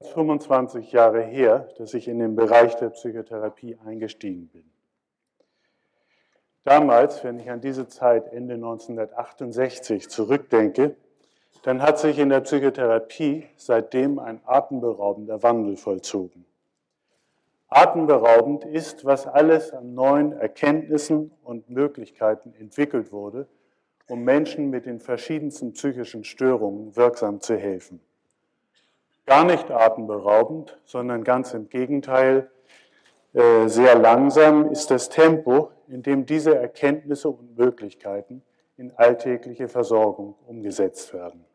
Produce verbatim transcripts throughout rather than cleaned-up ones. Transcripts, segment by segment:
fünfundzwanzig Jahre her, dass ich in den Bereich der Psychotherapie eingestiegen bin. Damals, wenn ich an diese Zeit Ende neunzehnhundertachtundsechzig zurückdenke, dann hat sich in der Psychotherapie seitdem ein atemberaubender Wandel vollzogen. Atemberaubend ist, was alles an neuen Erkenntnissen und Möglichkeiten entwickelt wurde, um Menschen mit den verschiedensten psychischen Störungen wirksam zu helfen. Gar nicht atemberaubend, sondern ganz im Gegenteil, äh, sehr langsam ist das Tempo, in dem diese Erkenntnisse und Möglichkeiten in alltägliche Versorgung umgesetzt werden.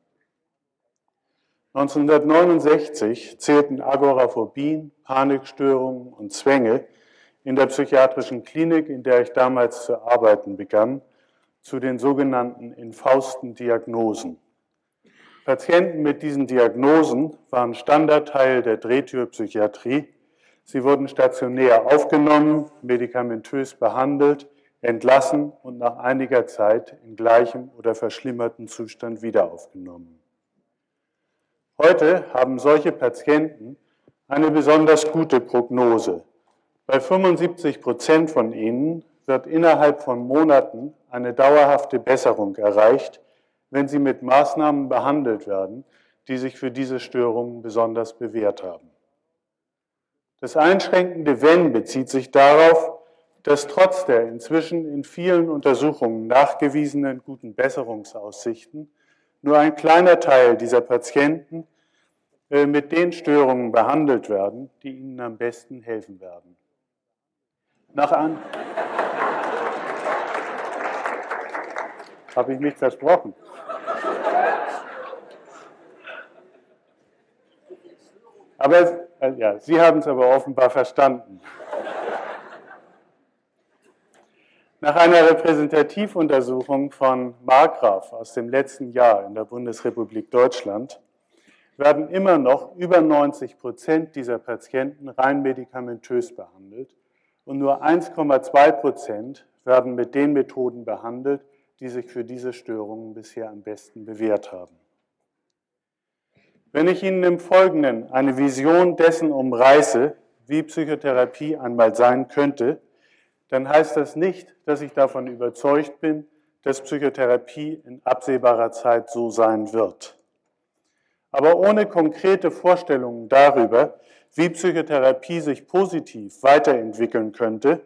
neunzehnhundertneunundsechzig zählten Agoraphobien, Panikstörungen und Zwänge in der psychiatrischen Klinik, in der ich damals zu arbeiten begann, zu den sogenannten infausten Diagnosen. Patienten mit diesen Diagnosen waren Standardteil der Drehtürpsychiatrie. Sie wurden stationär aufgenommen, medikamentös behandelt, entlassen und nach einiger Zeit in gleichem oder verschlimmerten Zustand wieder aufgenommen. Heute haben solche Patienten eine besonders gute Prognose. Bei fünfundsiebzig Prozent von ihnen wird innerhalb von Monaten eine dauerhafte Besserung erreicht, wenn sie mit Maßnahmen behandelt werden, die sich für diese Störungen besonders bewährt haben. Das einschränkende Wenn bezieht sich darauf, dass trotz der inzwischen in vielen Untersuchungen nachgewiesenen guten Besserungsaussichten nur ein kleiner Teil dieser Patienten äh, mit den Störungen behandelt werden, die ihnen am besten helfen werden. Nach an Habe ich mich versprochen? Aber äh, ja, Sie haben es aber offenbar verstanden. Nach einer Repräsentativuntersuchung von Markgraf aus dem letzten Jahr in der Bundesrepublik Deutschland werden immer noch über neunzig Prozent dieser Patienten rein medikamentös behandelt und nur eins Komma zwei Prozent werden mit den Methoden behandelt, die sich für diese Störungen bisher am besten bewährt haben. Wenn ich Ihnen im Folgenden eine Vision dessen umreiße, wie Psychotherapie einmal sein könnte, dann heißt das nicht, dass ich davon überzeugt bin, dass Psychotherapie in absehbarer Zeit so sein wird. Aber ohne konkrete Vorstellungen darüber, wie Psychotherapie sich positiv weiterentwickeln könnte,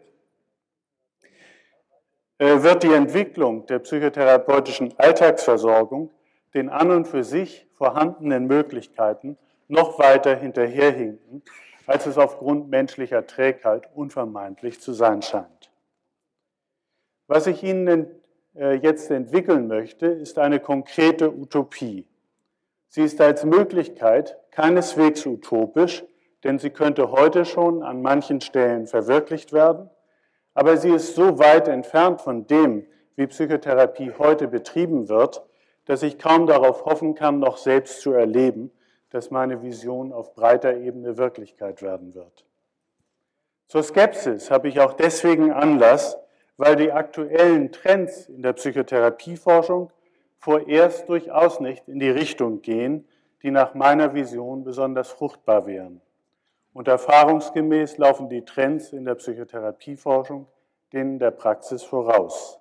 wird die Entwicklung der psychotherapeutischen Alltagsversorgung den an und für sich vorhandenen Möglichkeiten noch weiter hinterherhinken, als es aufgrund menschlicher Trägheit unvermeidlich zu sein scheint. Was ich Ihnen jetzt entwickeln möchte, ist eine konkrete Utopie. Sie ist als Möglichkeit keineswegs utopisch, denn sie könnte heute schon an manchen Stellen verwirklicht werden, aber sie ist so weit entfernt von dem, wie Psychotherapie heute betrieben wird, dass ich kaum darauf hoffen kann, noch selbst zu erleben, dass meine Vision auf breiter Ebene Wirklichkeit werden wird. Zur Skepsis habe ich auch deswegen Anlass, weil die aktuellen Trends in der Psychotherapieforschung vorerst durchaus nicht in die Richtung gehen, die nach meiner Vision besonders fruchtbar wären. Und erfahrungsgemäß laufen die Trends in der Psychotherapieforschung denen der Praxis voraus.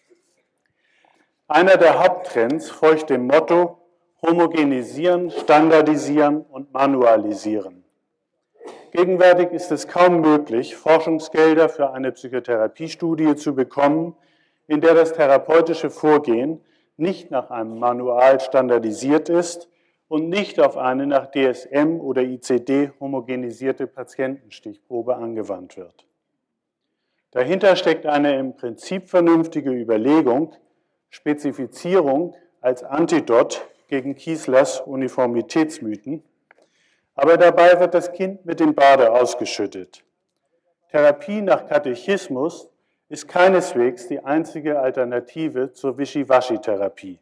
Einer der Haupttrends folgt dem Motto homogenisieren, standardisieren und manualisieren. Gegenwärtig ist es kaum möglich, Forschungsgelder für eine Psychotherapiestudie zu bekommen, in der das therapeutische Vorgehen nicht nach einem Manual standardisiert ist und nicht auf eine nach D S M oder I C D homogenisierte Patientenstichprobe angewandt wird. Dahinter steckt eine im Prinzip vernünftige Überlegung, Spezifizierung als Antidot gegen Kieslers Uniformitätsmythen, aber dabei wird das Kind mit dem Bade ausgeschüttet. Therapie nach Katechismus ist keineswegs die einzige Alternative zur Wischiwaschi-Therapie.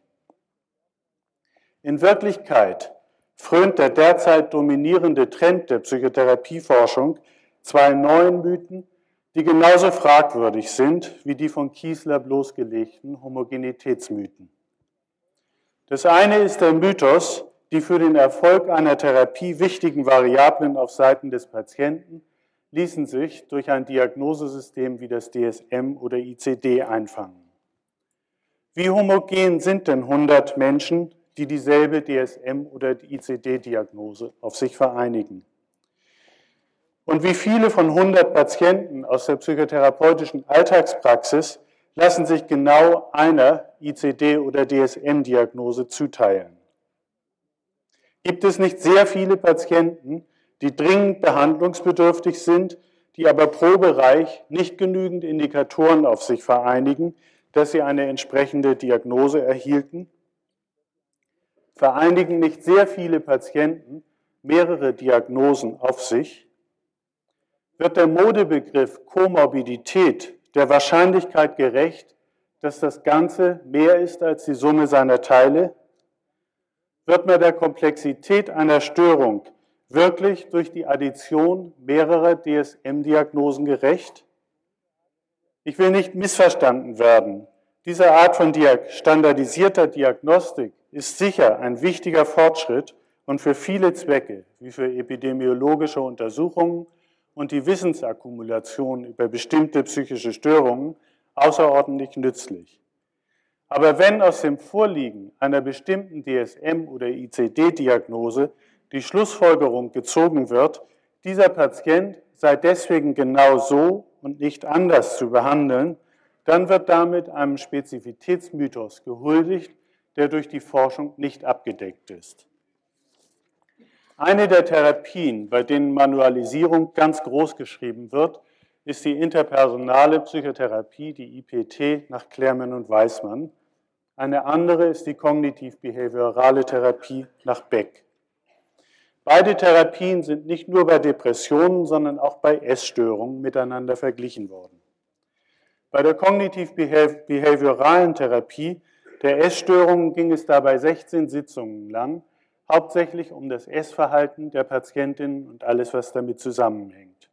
In Wirklichkeit frönt der derzeit dominierende Trend der Psychotherapieforschung zwei neuen Mythen, die genauso fragwürdig sind wie die von Kiesler bloßgelegten Homogenitätsmythen. Das eine ist der Mythos, die für den Erfolg einer Therapie wichtigen Variablen auf Seiten des Patienten ließen sich durch ein Diagnosesystem wie das D S M oder I C D einfangen. Wie homogen sind denn hundert Menschen, die dieselbe D S M- oder I C D-Diagnose auf sich vereinigen? Und wie viele von hundert Patienten aus der psychotherapeutischen Alltagspraxis lassen sich genau einer I C D- oder D S M-Diagnose zuteilen? Gibt es nicht sehr viele Patienten, die dringend behandlungsbedürftig sind, die aber pro Bereich nicht genügend Indikatoren auf sich vereinigen, dass sie eine entsprechende Diagnose erhielten? Vereinigen nicht sehr viele Patienten mehrere Diagnosen auf sich? Wird der Modebegriff Komorbidität der Wahrscheinlichkeit gerecht, dass das Ganze mehr ist als die Summe seiner Teile? Wird man der Komplexität einer Störung wirklich durch die Addition mehrerer D S M-Diagnosen gerecht? Ich will nicht missverstanden werden. Diese Art von standardisierter Diagnostik ist sicher ein wichtiger Fortschritt und für viele Zwecke, wie für epidemiologische Untersuchungen und die Wissensakkumulation über bestimmte psychische Störungen, außerordentlich nützlich. Aber wenn aus dem Vorliegen einer bestimmten D S M- oder I C D-Diagnose die Schlussfolgerung gezogen wird, dieser Patient sei deswegen genau so und nicht anders zu behandeln, dann wird damit einem Spezifitätsmythos gehuldigt, der durch die Forschung nicht abgedeckt ist. Eine der Therapien, bei denen Manualisierung ganz groß geschrieben wird, ist die interpersonale Psychotherapie, die I P T, nach Clerman und Weismann. Eine andere ist die kognitiv-behaviorale Therapie nach Beck. Beide Therapien sind nicht nur bei Depressionen, sondern auch bei Essstörungen miteinander verglichen worden. Bei der kognitiv-behavioralen Therapie der Essstörungen ging es dabei sechzehn Sitzungen lang, hauptsächlich um das Essverhalten der Patientin und alles, was damit zusammenhängt.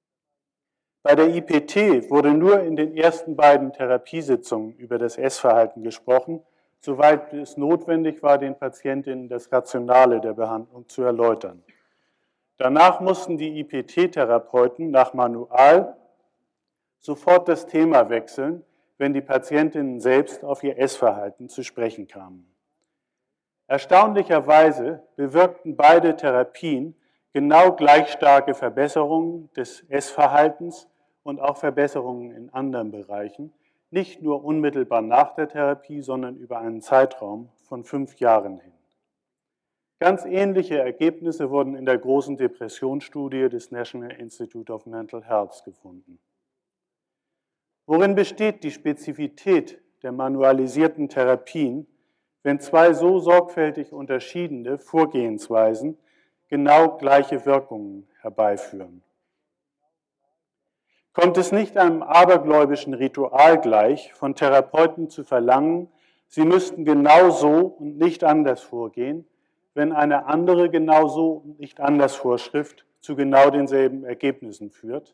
Bei der I P T wurde nur in den ersten beiden Therapiesitzungen über das Essverhalten gesprochen, soweit es notwendig war, den Patientinnen das Rationale der Behandlung zu erläutern. Danach mussten die I P T-Therapeuten nach Manual sofort das Thema wechseln, wenn die Patientinnen selbst auf ihr Essverhalten zu sprechen kamen. Erstaunlicherweise bewirkten beide Therapien genau gleich starke Verbesserungen des Essverhaltens und auch Verbesserungen in anderen Bereichen, nicht nur unmittelbar nach der Therapie, sondern über einen Zeitraum von fünf Jahren hin. Ganz ähnliche Ergebnisse wurden in der großen Depressionsstudie des National Institute of Mental Health gefunden. Worin besteht die Spezifität der manualisierten Therapien, wenn zwei so sorgfältig unterschiedene Vorgehensweisen genau gleiche Wirkungen herbeiführen? Kommt es nicht einem abergläubischen Ritual gleich, von Therapeuten zu verlangen, sie müssten genau so und nicht anders vorgehen, wenn eine andere genau so und nicht anders Vorschrift zu genau denselben Ergebnissen führt?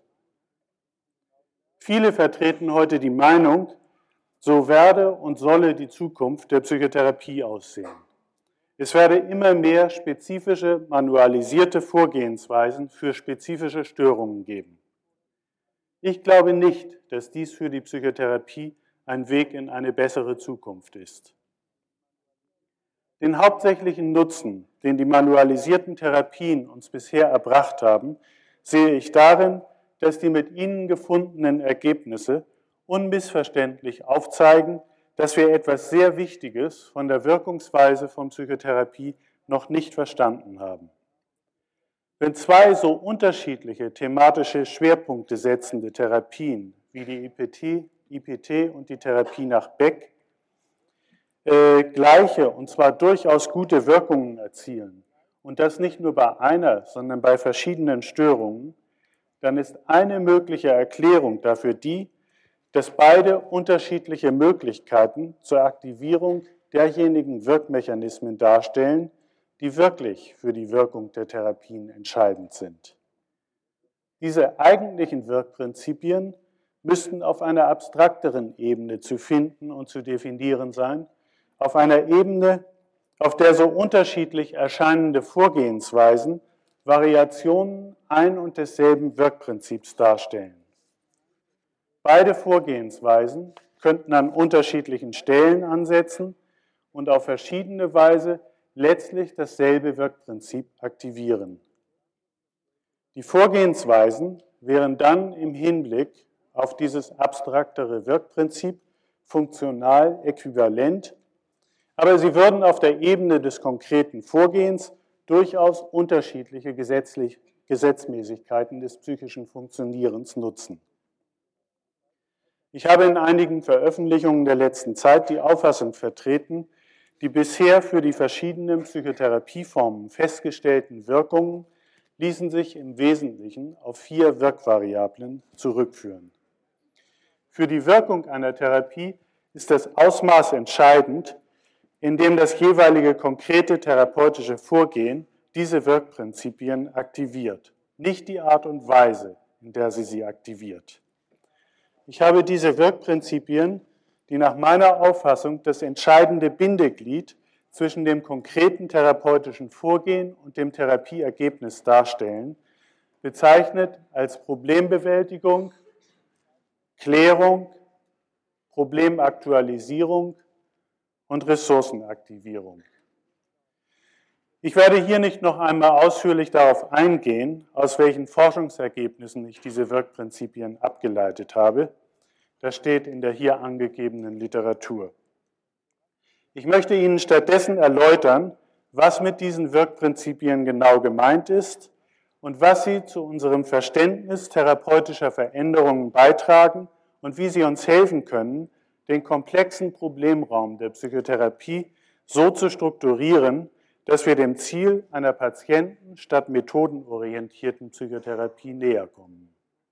Viele vertreten heute die Meinung, so werde und solle die Zukunft der Psychotherapie aussehen. Es werde immer mehr spezifische, manualisierte Vorgehensweisen für spezifische Störungen geben. Ich glaube nicht, dass dies für die Psychotherapie ein Weg in eine bessere Zukunft ist. Den hauptsächlichen Nutzen, den die manualisierten Therapien uns bisher erbracht haben, sehe ich darin, dass die mit ihnen gefundenen Ergebnisse unmissverständlich aufzeigen, dass wir etwas sehr Wichtiges von der Wirkungsweise von Psychotherapie noch nicht verstanden haben. Wenn zwei so unterschiedliche thematische Schwerpunkte setzende Therapien wie die I P T, I P T und die Therapie nach Beck äh, gleiche und zwar durchaus gute Wirkungen erzielen und das nicht nur bei einer, sondern bei verschiedenen Störungen, dann ist eine mögliche Erklärung dafür die, dass beide unterschiedliche Möglichkeiten zur Aktivierung derjenigen Wirkmechanismen darstellen, die wirklich für die Wirkung der Therapien entscheidend sind. Diese eigentlichen Wirkprinzipien müssten auf einer abstrakteren Ebene zu finden und zu definieren sein, auf einer Ebene, auf der so unterschiedlich erscheinende Vorgehensweisen Variationen ein und desselben Wirkprinzips darstellen. Beide Vorgehensweisen könnten an unterschiedlichen Stellen ansetzen und auf verschiedene Weise letztlich dasselbe Wirkprinzip aktivieren. Die Vorgehensweisen wären dann im Hinblick auf dieses abstraktere Wirkprinzip funktional äquivalent, aber sie würden auf der Ebene des konkreten Vorgehens durchaus unterschiedliche gesetzlich, Gesetzmäßigkeiten des psychischen Funktionierens nutzen. Ich habe in einigen Veröffentlichungen der letzten Zeit die Auffassung vertreten, die bisher für die verschiedenen Psychotherapieformen festgestellten Wirkungen ließen sich im Wesentlichen auf vier Wirkvariablen zurückführen. Für die Wirkung einer Therapie ist das Ausmaß entscheidend, in dem das jeweilige konkrete therapeutische Vorgehen diese Wirkprinzipien aktiviert, nicht die Art und Weise, in der sie sie aktiviert. Ich habe diese Wirkprinzipien, die nach meiner Auffassung das entscheidende Bindeglied zwischen dem konkreten therapeutischen Vorgehen und dem Therapieergebnis darstellen, bezeichnet als Problembewältigung, Klärung, Problemaktualisierung und Ressourcenaktivierung. Ich werde hier nicht noch einmal ausführlich darauf eingehen, aus welchen Forschungsergebnissen ich diese Wirkprinzipien abgeleitet habe. Das steht in der hier angegebenen Literatur. Ich möchte Ihnen stattdessen erläutern, was mit diesen Wirkprinzipien genau gemeint ist und was sie zu unserem Verständnis therapeutischer Veränderungen beitragen und wie sie uns helfen können, den komplexen Problemraum der Psychotherapie so zu strukturieren, dass wir dem Ziel einer patienten- statt methodenorientierten Psychotherapie näher kommen.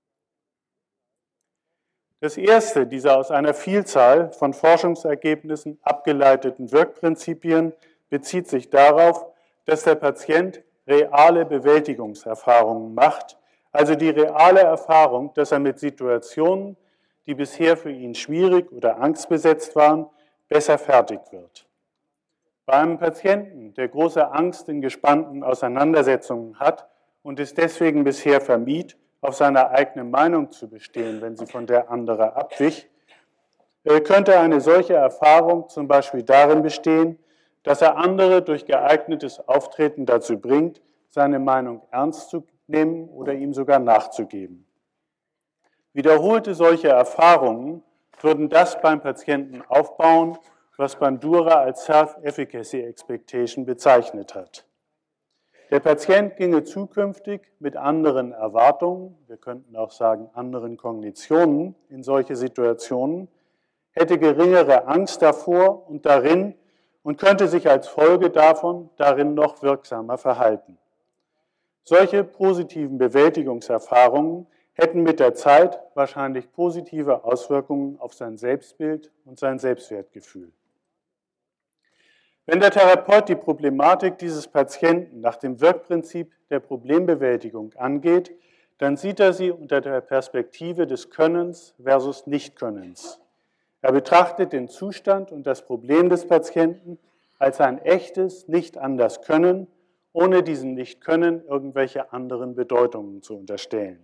Das erste dieser aus einer Vielzahl von Forschungsergebnissen abgeleiteten Wirkprinzipien bezieht sich darauf, dass der Patient reale Bewältigungserfahrungen macht, also die reale Erfahrung, dass er mit Situationen, die bisher für ihn schwierig oder angstbesetzt waren, besser fertig wird. Bei einem Patienten, der große Angst in gespannten Auseinandersetzungen hat und es deswegen bisher vermied, auf seine eigene Meinung zu bestehen, wenn sie von der anderer abwich, könnte eine solche Erfahrung zum Beispiel darin bestehen, dass er andere durch geeignetes Auftreten dazu bringt, seine Meinung ernst zu nehmen oder ihm sogar nachzugeben. Wiederholte solche Erfahrungen würden das beim Patienten aufbauen, was Bandura als Self-Efficacy Expectation bezeichnet hat. Der Patient ginge zukünftig mit anderen Erwartungen, wir könnten auch sagen anderen Kognitionen, in solche Situationen, hätte geringere Angst davor und darin und könnte sich als Folge davon darin noch wirksamer verhalten. Solche positiven Bewältigungserfahrungen hätten mit der Zeit wahrscheinlich positive Auswirkungen auf sein Selbstbild und sein Selbstwertgefühl. Wenn der Therapeut die Problematik dieses Patienten nach dem Wirkprinzip der Problembewältigung angeht, dann sieht er sie unter der Perspektive des Könnens versus Nichtkönnens. Er betrachtet den Zustand und das Problem des Patienten als ein echtes Nicht-Anders-Können, ohne diesem Nicht-Können irgendwelche anderen Bedeutungen zu unterstellen.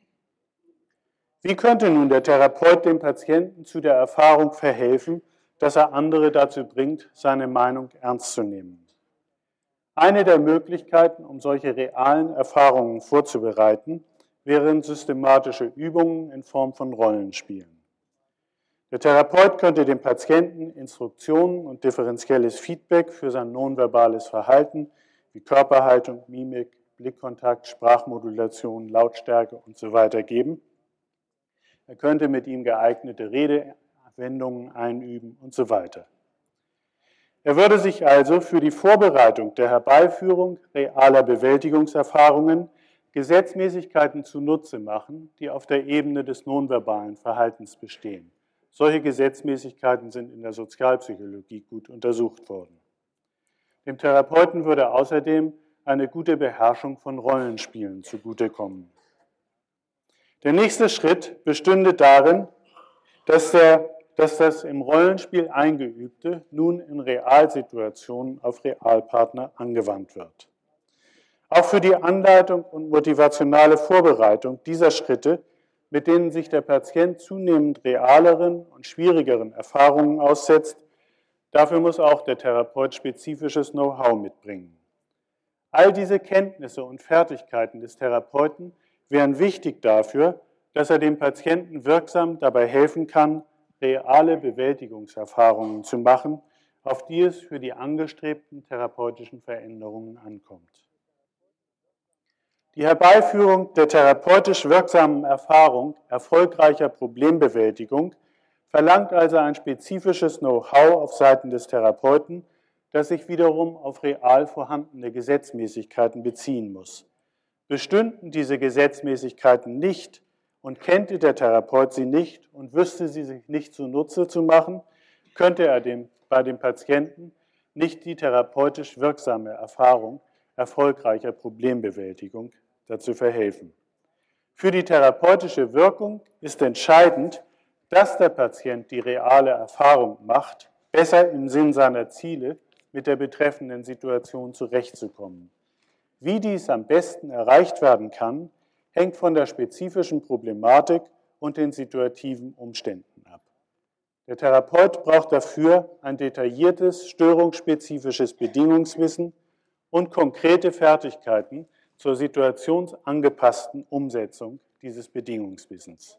Wie könnte nun der Therapeut dem Patienten zu der Erfahrung verhelfen, dass er andere dazu bringt, seine Meinung ernst zu nehmen? Eine der Möglichkeiten, um solche realen Erfahrungen vorzubereiten, wären systematische Übungen in Form von Rollenspielen. Der Therapeut könnte dem Patienten Instruktionen und differenzielles Feedback für sein nonverbales Verhalten wie Körperhaltung, Mimik, Blickkontakt, Sprachmodulation, Lautstärke und so weiter geben. Er könnte mit ihm geeignete Redewendungen einüben und so weiter. Er würde sich also für die Vorbereitung der Herbeiführung realer Bewältigungserfahrungen Gesetzmäßigkeiten zunutze machen, die auf der Ebene des nonverbalen Verhaltens bestehen. Solche Gesetzmäßigkeiten sind in der Sozialpsychologie gut untersucht worden. Dem Therapeuten würde außerdem eine gute Beherrschung von Rollenspielen zugutekommen. Der nächste Schritt bestünde darin, dass der dass das im Rollenspiel Eingeübte nun in Realsituationen auf Realpartner angewandt wird. Auch für die Anleitung und motivationale Vorbereitung dieser Schritte, mit denen sich der Patient zunehmend realeren und schwierigeren Erfahrungen aussetzt, dafür muss auch der Therapeut spezifisches Know-how mitbringen. All diese Kenntnisse und Fertigkeiten des Therapeuten wären wichtig dafür, dass er dem Patienten wirksam dabei helfen kann, reale Bewältigungserfahrungen zu machen, auf die es für die angestrebten therapeutischen Veränderungen ankommt. Die Herbeiführung der therapeutisch wirksamen Erfahrung erfolgreicher Problembewältigung verlangt also ein spezifisches Know-how auf Seiten des Therapeuten, das sich wiederum auf real vorhandene Gesetzmäßigkeiten beziehen muss. Bestünden diese Gesetzmäßigkeiten nicht und kennte der Therapeut sie nicht und wüsste sie sich nicht zunutze zu machen, könnte er dem, bei dem Patienten nicht die therapeutisch wirksame Erfahrung erfolgreicher Problembewältigung dazu verhelfen. Für die therapeutische Wirkung ist entscheidend, dass der Patient die reale Erfahrung macht, besser im Sinn seiner Ziele mit der betreffenden Situation zurechtzukommen. Wie dies am besten erreicht werden kann, hängt von der spezifischen Problematik und den situativen Umständen ab. Der Therapeut braucht dafür ein detailliertes, störungsspezifisches Bedingungswissen und konkrete Fertigkeiten zur situationsangepassten Umsetzung dieses Bedingungswissens.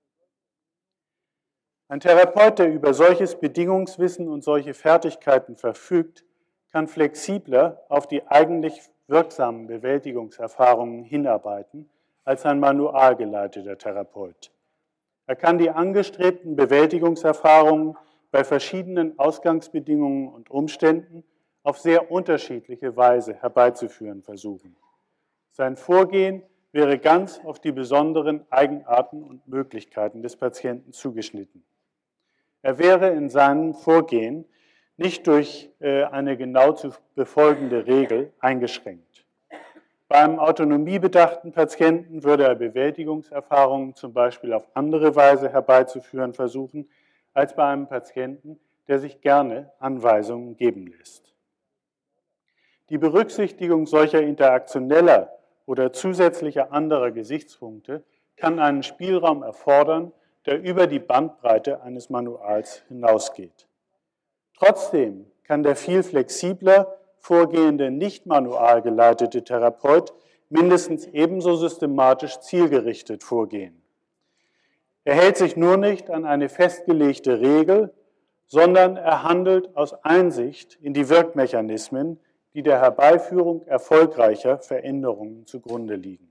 Ein Therapeut, der über solches Bedingungswissen und solche Fertigkeiten verfügt, kann flexibler auf die eigentlich wirksamen Bewältigungserfahrungen hinarbeiten als ein manualgeleiteter Therapeut. Er kann die angestrebten Bewältigungserfahrungen bei verschiedenen Ausgangsbedingungen und Umständen auf sehr unterschiedliche Weise herbeizuführen versuchen. Sein Vorgehen wäre ganz auf die besonderen Eigenarten und Möglichkeiten des Patienten zugeschnitten. Er wäre in seinem Vorgehen nicht durch eine genau zu befolgende Regel eingeschränkt. Bei einem autonomiebedachten Patienten würde er Bewältigungserfahrungen zum Beispiel auf andere Weise herbeizuführen versuchen, als bei einem Patienten, der sich gerne Anweisungen geben lässt. Die Berücksichtigung solcher interaktioneller oder zusätzlicher anderer Gesichtspunkte kann einen Spielraum erfordern, der über die Bandbreite eines Manuals hinausgeht. Trotzdem kann der viel flexibler vorgehende, nicht manual geleitete Therapeut mindestens ebenso systematisch zielgerichtet vorgehen. Er hält sich nur nicht an eine festgelegte Regel, sondern er handelt aus Einsicht in die Wirkmechanismen, die der Herbeiführung erfolgreicher Veränderungen zugrunde liegen.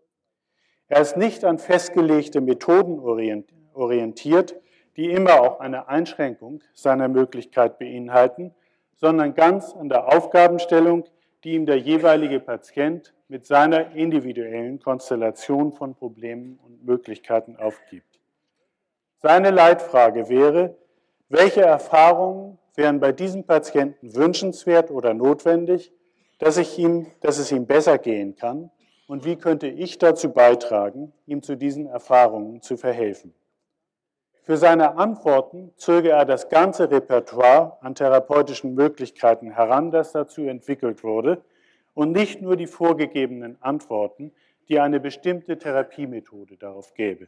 Er ist nicht an festgelegte Methoden orientiert, die immer auch eine Einschränkung seiner Möglichkeit beinhalten, sondern ganz an der Aufgabenstellung, die ihm der jeweilige Patient mit seiner individuellen Konstellation von Problemen und Möglichkeiten aufgibt. Seine Leitfrage wäre, welche Erfahrungen wären bei diesem Patienten wünschenswert oder notwendig, dass, ich ihm, dass es ihm besser gehen kann und wie könnte ich dazu beitragen, ihm zu diesen Erfahrungen zu verhelfen. Für seine Antworten zöge er das ganze Repertoire an therapeutischen Möglichkeiten heran, das dazu entwickelt wurde, und nicht nur die vorgegebenen Antworten, die eine bestimmte Therapiemethode darauf gäbe.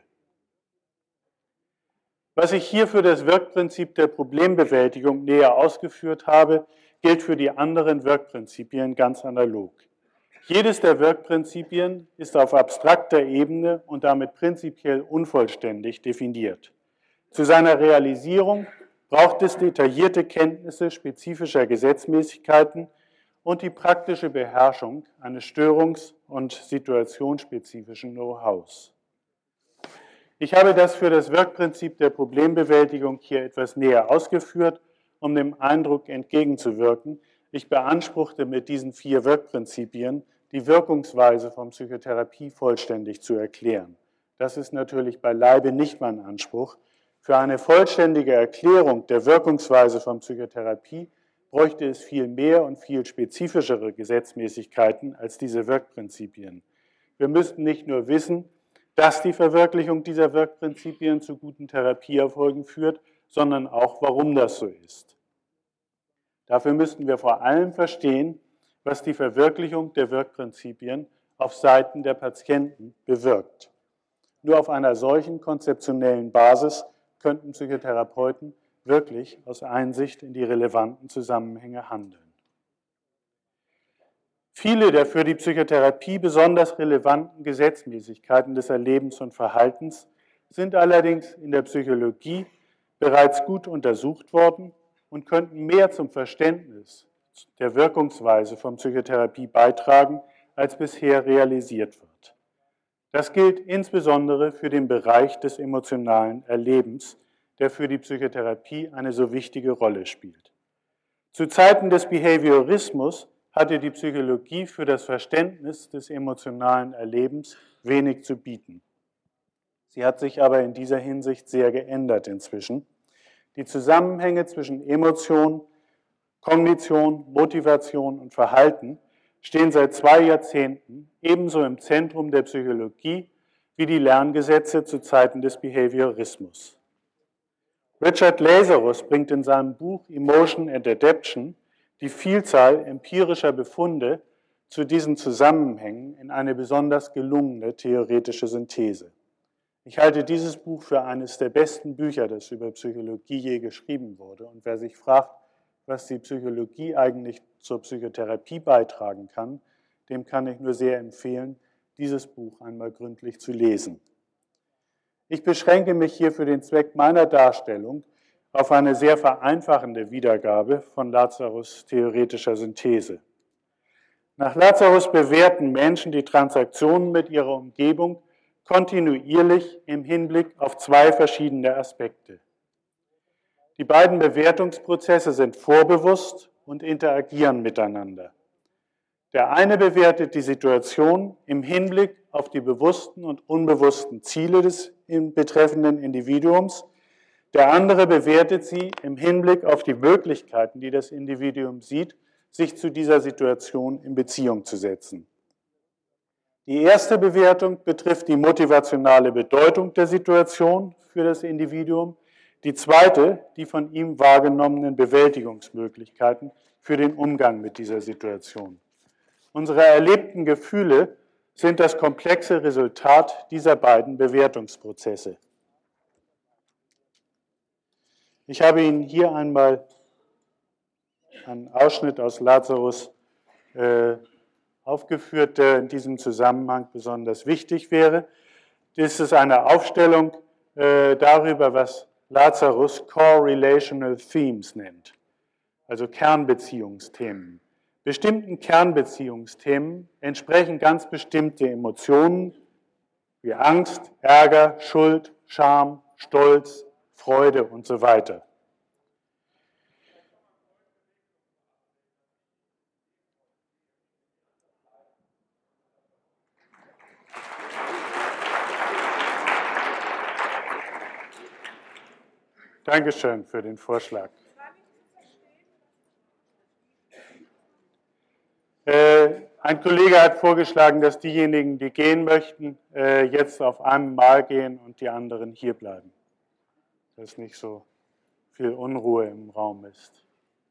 Was ich hier für das Wirkprinzip der Problembewältigung näher ausgeführt habe, gilt für die anderen Wirkprinzipien ganz analog. Jedes der Wirkprinzipien ist auf abstrakter Ebene und damit prinzipiell unvollständig definiert. Zu seiner Realisierung braucht es detaillierte Kenntnisse spezifischer Gesetzmäßigkeiten und die praktische Beherrschung eines störungs- und situationsspezifischen Know-hows. Ich habe das für das Wirkprinzip der Problembewältigung hier etwas näher ausgeführt, um dem Eindruck entgegenzuwirken, ich beanspruchte mit diesen vier Wirkprinzipien die Wirkungsweise von Psychotherapie vollständig zu erklären. Das ist natürlich beileibe nicht mein Anspruch. Für eine vollständige Erklärung der Wirkungsweise von Psychotherapie bräuchte es viel mehr und viel spezifischere Gesetzmäßigkeiten als diese Wirkprinzipien. Wir müssten nicht nur wissen, dass die Verwirklichung dieser Wirkprinzipien zu guten Therapieerfolgen führt, sondern auch, warum das so ist. Dafür müssten wir vor allem verstehen, was die Verwirklichung der Wirkprinzipien auf Seiten der Patienten bewirkt. Nur auf einer solchen konzeptionellen Basis könnten Psychotherapeuten wirklich aus Einsicht in die relevanten Zusammenhänge handeln. Viele der für die Psychotherapie besonders relevanten Gesetzmäßigkeiten des Erlebens und Verhaltens sind allerdings in der Psychologie bereits gut untersucht worden und könnten mehr zum Verständnis der Wirkungsweise von Psychotherapie beitragen, als bisher realisiert wird. Das gilt insbesondere für den Bereich des emotionalen Erlebens, der für die Psychotherapie eine so wichtige Rolle spielt. Zu Zeiten des Behaviorismus hatte die Psychologie für das Verständnis des emotionalen Erlebens wenig zu bieten. Sie hat sich aber in dieser Hinsicht sehr geändert inzwischen. Die Zusammenhänge zwischen Emotion, Kognition, Motivation und Verhalten stehen seit zwei Jahrzehnten ebenso im Zentrum der Psychologie wie die Lerngesetze zu Zeiten des Behaviorismus. Richard Lazarus bringt in seinem Buch Emotion and Adaption die Vielzahl empirischer Befunde zu diesen Zusammenhängen in eine besonders gelungene theoretische Synthese. Ich halte dieses Buch für eines der besten Bücher, das über Psychologie je geschrieben wurde. Und wer sich fragt, was die Psychologie eigentlich zur Psychotherapie beitragen kann, dem kann ich nur sehr empfehlen, dieses Buch einmal gründlich zu lesen. Ich beschränke mich hier für den Zweck meiner Darstellung auf eine sehr vereinfachende Wiedergabe von Lazarus' theoretischer Synthese. Nach Lazarus bewerten Menschen die Transaktionen mit ihrer Umgebung kontinuierlich im Hinblick auf zwei verschiedene Aspekte. Die beiden Bewertungsprozesse sind vorbewusst und interagieren miteinander. Der eine bewertet die Situation im Hinblick auf die bewussten und unbewussten Ziele des betreffenden Individuums. Der andere bewertet sie im Hinblick auf die Möglichkeiten, die das Individuum sieht, sich zu dieser Situation in Beziehung zu setzen. Die erste Bewertung betrifft die motivationale Bedeutung der Situation für das Individuum. Die zweite, die von ihm wahrgenommenen Bewältigungsmöglichkeiten für den Umgang mit dieser Situation. Unsere erlebten Gefühle sind das komplexe Resultat dieser beiden Bewertungsprozesse. Ich habe Ihnen hier einmal einen Ausschnitt aus Lazarus äh, aufgeführt, der in diesem Zusammenhang besonders wichtig wäre. Das ist eine Aufstellung äh, darüber, was Lazarus Core Relational Themes nennt, also Kernbeziehungsthemen. Bestimmten Kernbeziehungsthemen entsprechen ganz bestimmte Emotionen wie Angst, Ärger, Schuld, Scham, Stolz, Freude und so weiter. Dankeschön für den Vorschlag. Äh, ein Kollege hat vorgeschlagen, dass diejenigen, die gehen möchten, äh, jetzt auf einmal gehen und die anderen hier bleiben, dass nicht so viel Unruhe im Raum ist.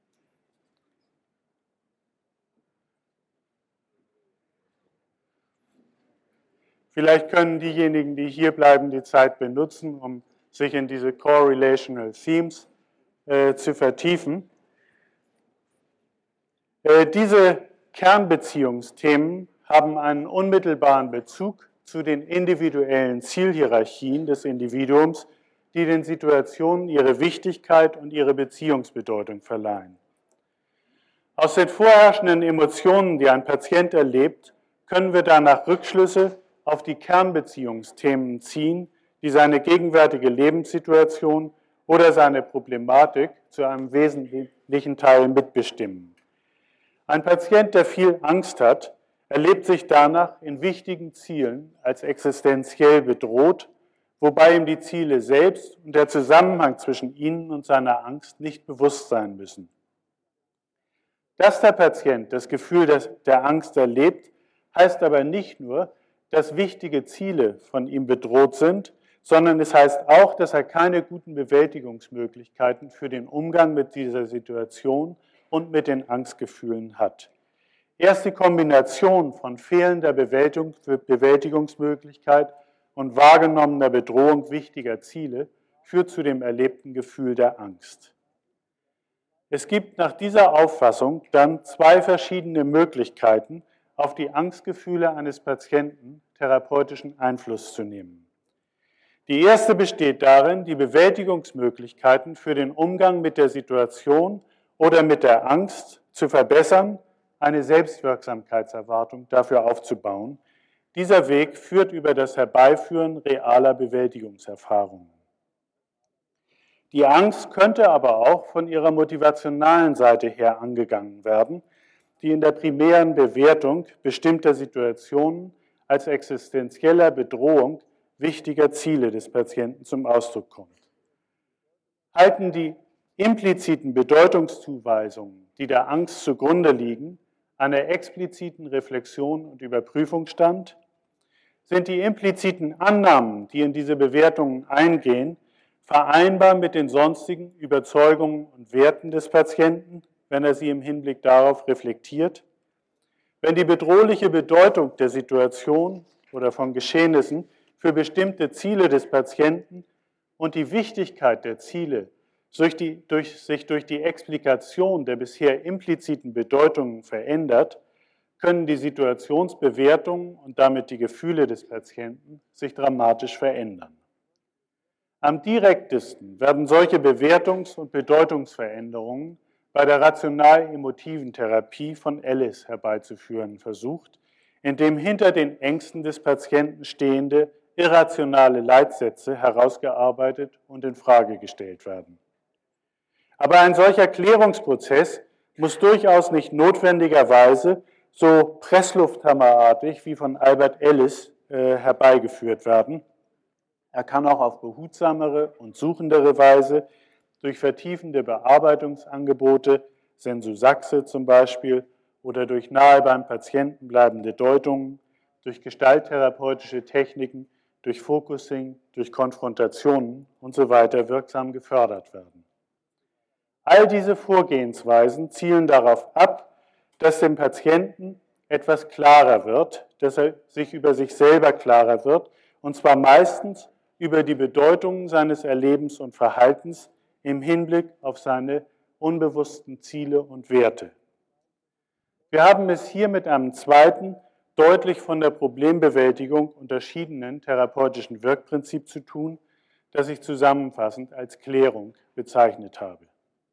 Vielleicht können diejenigen, die hier bleiben, die Zeit benutzen, um sich in diese Core Relational Themes äh, zu vertiefen. Äh, diese Kernbeziehungsthemen haben einen unmittelbaren Bezug zu den individuellen Zielhierarchien des Individuums, die den Situationen ihre Wichtigkeit und ihre Beziehungsbedeutung verleihen. Aus den vorherrschenden Emotionen, die ein Patient erlebt, können wir danach Rückschlüsse auf die Kernbeziehungsthemen ziehen, die seine gegenwärtige Lebenssituation oder seine Problematik zu einem wesentlichen Teil mitbestimmen. Ein Patient, der viel Angst hat, erlebt sich danach in wichtigen Zielen als existenziell bedroht, wobei ihm die Ziele selbst und der Zusammenhang zwischen ihnen und seiner Angst nicht bewusst sein müssen. Dass der Patient das Gefühl der Angst erlebt, heißt aber nicht nur, dass wichtige Ziele von ihm bedroht sind, sondern es heißt auch, dass er keine guten Bewältigungsmöglichkeiten für den Umgang mit dieser Situation und mit den Angstgefühlen hat. Erst die Kombination von fehlender Bewältigungsmöglichkeit und wahrgenommener Bedrohung wichtiger Ziele führt zu dem erlebten Gefühl der Angst. Es gibt nach dieser Auffassung dann zwei verschiedene Möglichkeiten, auf die Angstgefühle eines Patienten therapeutischen Einfluss zu nehmen. Die erste besteht darin, die Bewältigungsmöglichkeiten für den Umgang mit der Situation oder mit der Angst zu verbessern, eine Selbstwirksamkeitserwartung dafür aufzubauen. Dieser Weg führt über das Herbeiführen realer Bewältigungserfahrungen. Die Angst könnte aber auch von ihrer motivationalen Seite her angegangen werden, die in der primären Bewertung bestimmter Situationen als existenzieller Bedrohung wichtiger Ziele des Patienten zum Ausdruck kommt. Halten die impliziten Bedeutungszuweisungen, die der Angst zugrunde liegen, einer expliziten Reflexion und Überprüfung stand? Sind die impliziten Annahmen, die in diese Bewertungen eingehen, vereinbar mit den sonstigen Überzeugungen und Werten des Patienten, wenn er sie im Hinblick darauf reflektiert? Wenn die bedrohliche Bedeutung der Situation oder von Geschehnissen für bestimmte Ziele des Patienten und die Wichtigkeit der Ziele durch die, durch, sich durch die Explikation der bisher impliziten Bedeutungen verändert, können die Situationsbewertungen und damit die Gefühle des Patienten sich dramatisch verändern. Am direktesten werden solche Bewertungs- und Bedeutungsveränderungen bei der rational-emotiven Therapie von Ellis herbeizuführen versucht, indem hinter den Ängsten des Patienten stehende irrationale Leitsätze herausgearbeitet und in Frage gestellt werden. Aber ein solcher Klärungsprozess muss durchaus nicht notwendigerweise so presslufthammerartig wie von Albert Ellis äh, herbeigeführt werden. Er kann auch auf behutsamere und suchendere Weise durch vertiefende Bearbeitungsangebote, Sensu Sachse zum Beispiel, oder durch nahe beim Patienten bleibende Deutungen, durch gestalttherapeutische Techniken, durch Focusing, durch Konfrontationen und so weiter wirksam gefördert werden. All diese Vorgehensweisen zielen darauf ab, dass dem Patienten etwas klarer wird, dass er sich über sich selber klarer wird, und zwar meistens über die Bedeutungen seines Erlebens und Verhaltens im Hinblick auf seine unbewussten Ziele und Werte. Wir haben es hier mit einem zweiten, deutlich von der Problembewältigung unterschiedenen therapeutischen Wirkprinzip zu tun, das ich zusammenfassend als Klärung bezeichnet habe.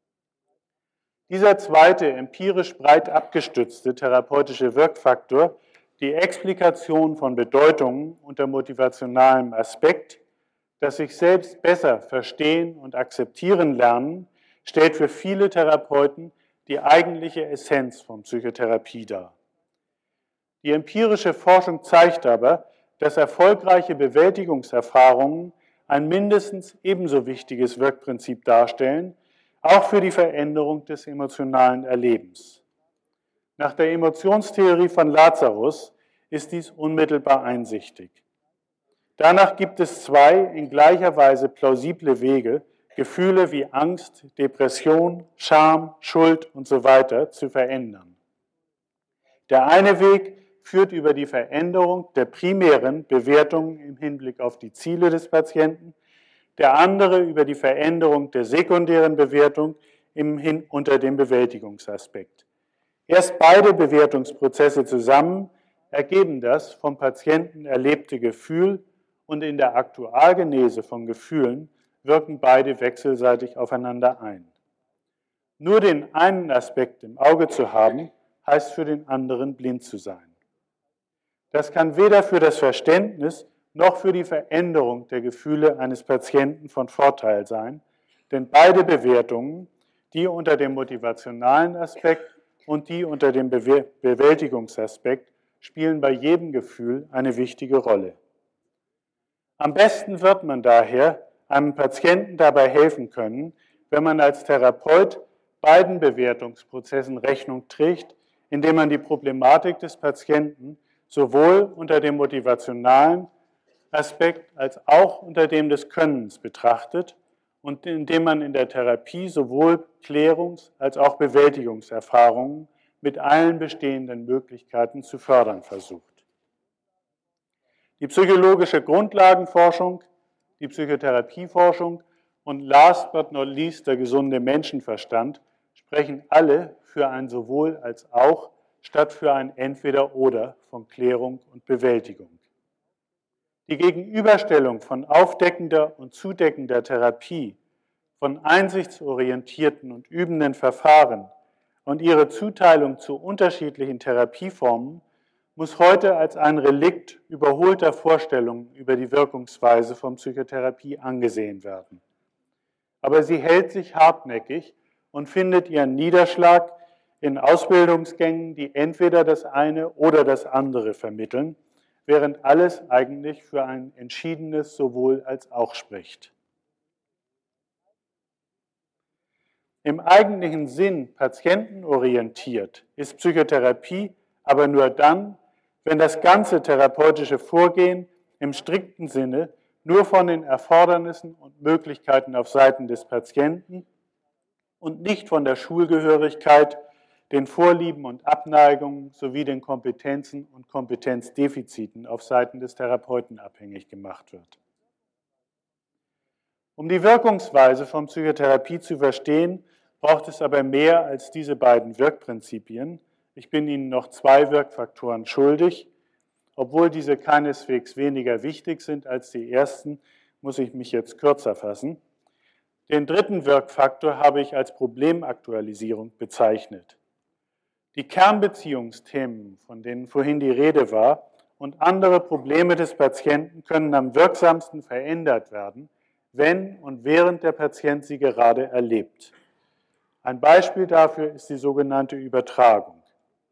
Dieser zweite, empirisch breit abgestützte therapeutische Wirkfaktor, die Explikation von Bedeutungen unter motivationalem Aspekt, das sich selbst besser verstehen und akzeptieren lernen, stellt für viele Therapeuten die eigentliche Essenz von Psychotherapie dar. Die empirische Forschung zeigt aber, dass erfolgreiche Bewältigungserfahrungen ein mindestens ebenso wichtiges Wirkprinzip darstellen, auch für die Veränderung des emotionalen Erlebens. Nach der Emotionstheorie von Lazarus ist dies unmittelbar einsichtig. Danach gibt es zwei in gleicher Weise plausible Wege, Gefühle wie Angst, Depression, Scham, Schuld und so weiter zu verändern. Der eine Weg führt über die Veränderung der primären Bewertungen im Hinblick auf die Ziele des Patienten, der andere über die Veränderung der sekundären Bewertung im Hin- unter dem Bewältigungsaspekt. Erst beide Bewertungsprozesse zusammen ergeben das vom Patienten erlebte Gefühl, und in der Aktualgenese von Gefühlen wirken beide wechselseitig aufeinander ein. Nur den einen Aspekt im Auge zu haben, heißt für den anderen blind zu sein. Das kann weder für das Verständnis noch für die Veränderung der Gefühle eines Patienten von Vorteil sein, denn beide Bewertungen, die unter dem motivationalen Aspekt und die unter dem Bewältigungsaspekt, spielen bei jedem Gefühl eine wichtige Rolle. Am besten wird man daher einem Patienten dabei helfen können, wenn man als Therapeut beiden Bewertungsprozessen Rechnung trägt, indem man die Problematik des Patienten sowohl unter dem motivationalen Aspekt als auch unter dem des Könnens betrachtet und indem man in der Therapie sowohl Klärungs- als auch Bewältigungserfahrungen mit allen bestehenden Möglichkeiten zu fördern versucht. Die psychologische Grundlagenforschung, die Psychotherapieforschung und last but not least der gesunde Menschenverstand sprechen alle für ein sowohl als auch statt für ein Entweder-Oder von Klärung und Bewältigung. Die Gegenüberstellung von aufdeckender und zudeckender Therapie, von einsichtsorientierten und übenden Verfahren und ihre Zuteilung zu unterschiedlichen Therapieformen muss heute als ein Relikt überholter Vorstellungen über die Wirkungsweise von Psychotherapie angesehen werden. Aber sie hält sich hartnäckig und findet ihren Niederschlag in Ausbildungsgängen, die entweder das eine oder das andere vermitteln, während alles eigentlich für ein entschiedenes sowohl als auch spricht. Im eigentlichen Sinn patientenorientiert ist Psychotherapie aber nur dann, wenn das ganze therapeutische Vorgehen im strikten Sinne nur von den Erfordernissen und Möglichkeiten auf Seiten des Patienten und nicht von der Schulgehörigkeit, den Vorlieben und Abneigungen sowie den Kompetenzen und Kompetenzdefiziten auf Seiten des Therapeuten abhängig gemacht wird. Um die Wirkungsweise von Psychotherapie zu verstehen, braucht es aber mehr als diese beiden Wirkprinzipien. Ich bin Ihnen noch zwei Wirkfaktoren schuldig. Obwohl diese keineswegs weniger wichtig sind als die ersten, muss ich mich jetzt kürzer fassen. Den dritten Wirkfaktor habe ich als Problemaktualisierung bezeichnet. Die Kernbeziehungsthemen, von denen vorhin die Rede war, und andere Probleme des Patienten können am wirksamsten verändert werden, wenn und während der Patient sie gerade erlebt. Ein Beispiel dafür ist die sogenannte Übertragung.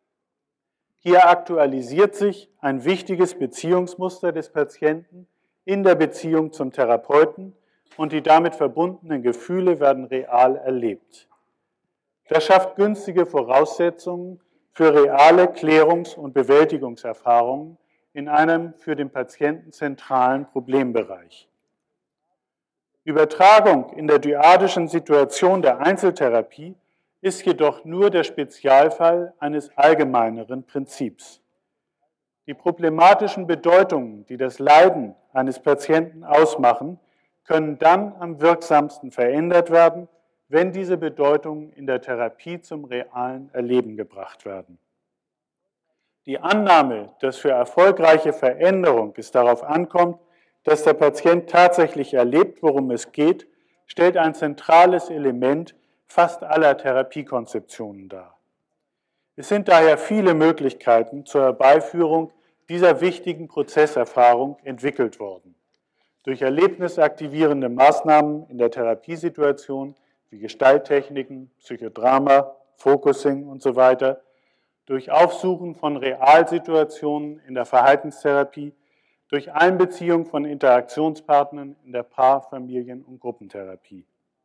Hier aktualisiert sich ein wichtiges Beziehungsmuster des Patienten in der Beziehung zum Therapeuten und die damit verbundenen Gefühle werden real erlebt. Das schafft günstige Voraussetzungen für reale Klärungs- und Bewältigungserfahrungen in einem für den Patienten zentralen Problembereich. Übertragung in der dyadischen Situation der Einzeltherapie ist jedoch nur der Spezialfall eines allgemeineren Prinzips. Die problematischen Bedeutungen, die das Leiden eines Patienten ausmachen, können dann am wirksamsten verändert werden, wenn diese Bedeutungen in der Therapie zum realen Erleben gebracht werden. Die Annahme, dass für erfolgreiche Veränderung es darauf ankommt, dass der Patient tatsächlich erlebt, worum es geht, stellt ein zentrales Element fast aller Therapiekonzeptionen dar. Es sind daher viele Möglichkeiten zur Herbeiführung dieser wichtigen Prozesserfahrung entwickelt worden. Durch erlebnisaktivierende Maßnahmen in der Therapiesituation wie Gestalttechniken, Psychodrama, Focusing und so weiter, durch Aufsuchen von Realsituationen in der Verhaltenstherapie, durch Einbeziehung von Interaktionspartnern in der Paar-, Familien- und Gruppentherapie.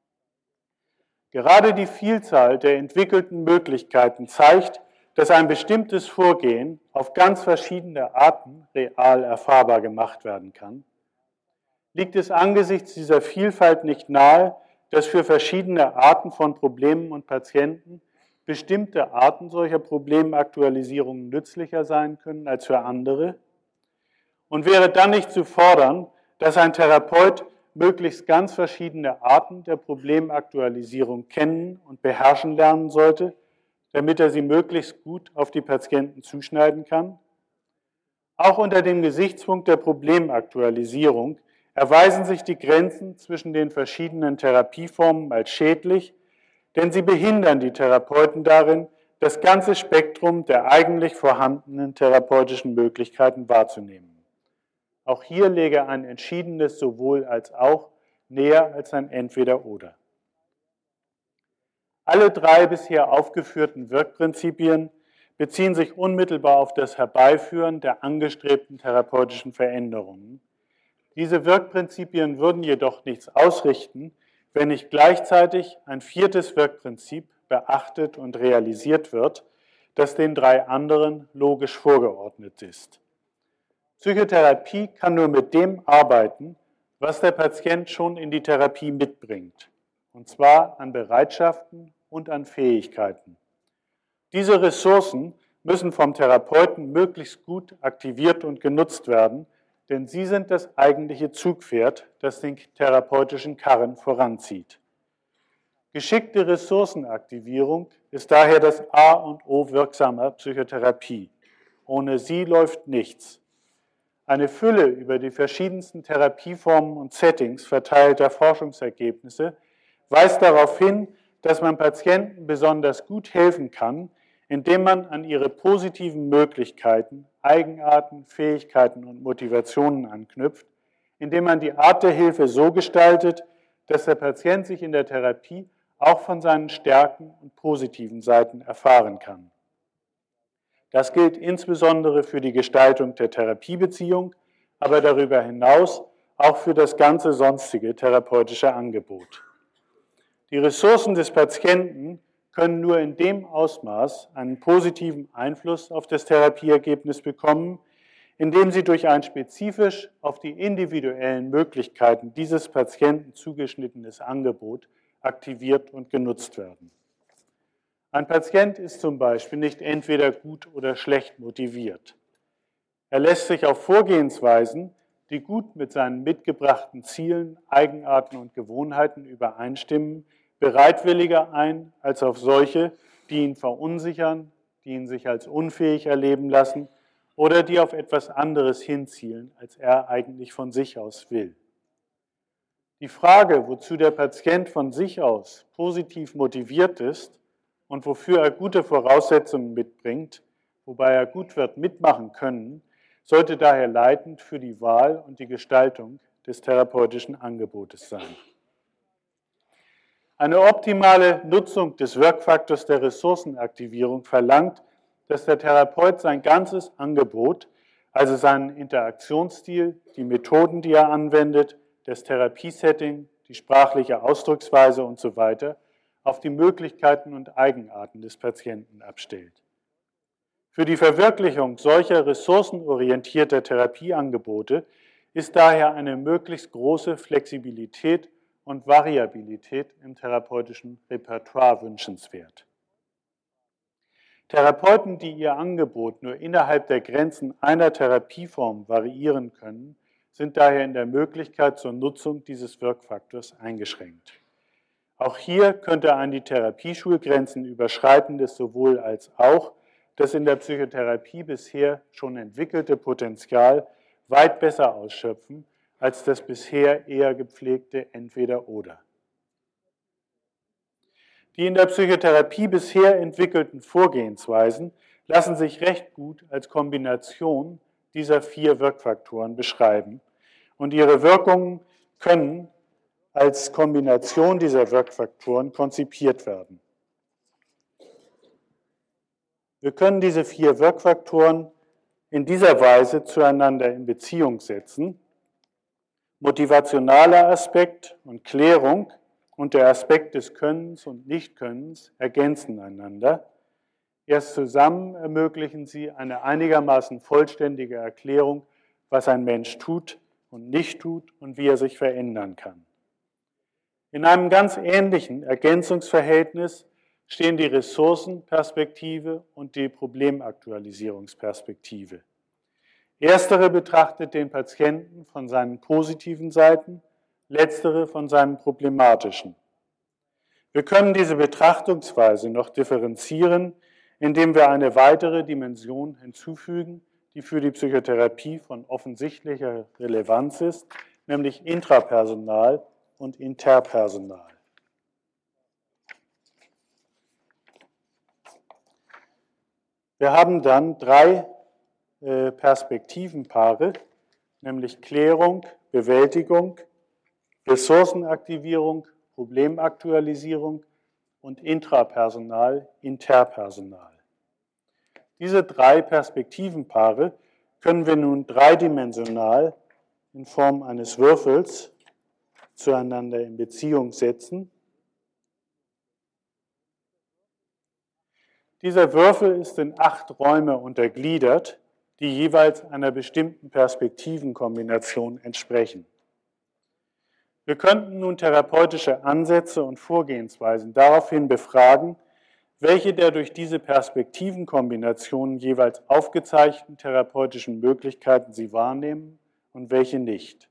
Gerade die Vielzahl der entwickelten Möglichkeiten zeigt, dass ein bestimmtes Vorgehen auf ganz verschiedene Arten real erfahrbar gemacht werden kann. Liegt es angesichts dieser Vielfalt nicht nahe, dass für verschiedene Arten von Problemen und Patienten bestimmte Arten solcher Problemaktualisierungen nützlicher sein können als für andere? Und wäre dann nicht zu fordern, dass ein Therapeut möglichst ganz verschiedene Arten der Problemaktualisierung kennen und beherrschen lernen sollte, damit er sie möglichst gut auf die Patienten zuschneiden kann? Auch unter dem Gesichtspunkt der Problemaktualisierung erweisen sich die Grenzen zwischen den verschiedenen Therapieformen als schädlich, denn sie behindern die Therapeuten darin, das ganze Spektrum der eigentlich vorhandenen therapeutischen Möglichkeiten wahrzunehmen. Auch hier läge ein entschiedenes sowohl als auch näher als ein Entweder-Oder. Alle drei bisher aufgeführten Wirkprinzipien beziehen sich unmittelbar auf das Herbeiführen der angestrebten therapeutischen Veränderungen. Diese Wirkprinzipien würden jedoch nichts ausrichten, wenn nicht gleichzeitig ein viertes Wirkprinzip beachtet und realisiert wird, das den drei anderen logisch vorgeordnet ist. Psychotherapie kann nur mit dem arbeiten, was der Patient schon in die Therapie mitbringt, und zwar an Bereitschaften und an Fähigkeiten. Diese Ressourcen müssen vom Therapeuten möglichst gut aktiviert und genutzt werden, denn sie sind das eigentliche Zugpferd, das den therapeutischen Karren voranzieht. Geschickte Ressourcenaktivierung ist daher das A und O wirksamer Psychotherapie. Ohne sie läuft nichts. Eine Fülle über die verschiedensten Therapieformen und Settings verteilter Forschungsergebnisse weist darauf hin, dass man Patienten besonders gut helfen kann, indem man an ihre positiven Möglichkeiten, Eigenarten, Fähigkeiten und Motivationen anknüpft, indem man die Art der Hilfe so gestaltet, dass der Patient sich in der Therapie auch von seinen Stärken und positiven Seiten erfahren kann. Das gilt insbesondere für die Gestaltung der Therapiebeziehung, aber darüber hinaus auch für das ganze sonstige therapeutische Angebot. Die Ressourcen des Patienten können nur in dem Ausmaß einen positiven Einfluss auf das Therapieergebnis bekommen, indem sie durch ein spezifisch auf die individuellen Möglichkeiten dieses Patienten zugeschnittenes Angebot aktiviert und genutzt werden. Ein Patient ist zum Beispiel nicht entweder gut oder schlecht motiviert. Er lässt sich auf Vorgehensweisen, die gut mit seinen mitgebrachten Zielen, Eigenarten und Gewohnheiten übereinstimmen, bereitwilliger ein als auf solche, die ihn verunsichern, die ihn sich als unfähig erleben lassen oder die auf etwas anderes hinzielen, als er eigentlich von sich aus will. Die Frage, wozu der Patient von sich aus positiv motiviert ist und wofür er gute Voraussetzungen mitbringt, wobei er gut wird mitmachen können, sollte daher leitend für die Wahl und die Gestaltung des therapeutischen Angebotes sein. Eine optimale Nutzung des Wirkfaktors der Ressourcenaktivierung verlangt, dass der Therapeut sein ganzes Angebot, also seinen Interaktionsstil, die Methoden, die er anwendet, das Therapiesetting, die sprachliche Ausdrucksweise und so weiter, auf die Möglichkeiten und Eigenarten des Patienten abstellt. Für die Verwirklichung solcher ressourcenorientierter Therapieangebote ist daher eine möglichst große Flexibilität und Variabilität im therapeutischen Repertoire wünschenswert. Therapeuten, die ihr Angebot nur innerhalb der Grenzen einer Therapieform variieren können, sind daher in der Möglichkeit zur Nutzung dieses Wirkfaktors eingeschränkt. Auch hier könnte ein die Therapieschulgrenzen überschreitendes sowohl als auch das in der Psychotherapie bisher schon entwickelte Potenzial weit besser ausschöpfen als das bisher eher gepflegte Entweder-Oder. Die in der Psychotherapie bisher entwickelten Vorgehensweisen lassen sich recht gut als Kombination dieser vier Wirkfaktoren beschreiben und ihre Wirkungen können als Kombination dieser Wirkfaktoren konzipiert werden. Wir können diese vier Wirkfaktoren in dieser Weise zueinander in Beziehung setzen. Motivationaler Aspekt und Klärung und der Aspekt des Könnens und Nichtkönnens ergänzen einander. Erst zusammen ermöglichen sie eine einigermaßen vollständige Erklärung, was ein Mensch tut und nicht tut und wie er sich verändern kann. In einem ganz ähnlichen Ergänzungsverhältnis stehen die Ressourcenperspektive und die Problemaktualisierungsperspektive. Erstere betrachtet den Patienten von seinen positiven Seiten, letztere von seinen problematischen. Wir können diese Betrachtungsweise noch differenzieren, indem wir eine weitere Dimension hinzufügen, die für die Psychotherapie von offensichtlicher Relevanz ist, nämlich Intrapersonal und Interpersonal. Wir haben dann drei Perspektivenpaare, nämlich Klärung, Bewältigung, Ressourcenaktivierung, Problemaktualisierung und Intrapersonal, Interpersonal. Diese drei Perspektivenpaare können wir nun dreidimensional in Form eines Würfels zueinander in Beziehung setzen. Dieser Würfel ist in acht Räume untergliedert, die jeweils einer bestimmten Perspektivenkombination entsprechen. Wir könnten nun therapeutische Ansätze und Vorgehensweisen daraufhin befragen, welche der durch diese Perspektivenkombinationen jeweils aufgezeichneten therapeutischen Möglichkeiten Sie wahrnehmen und welche nicht.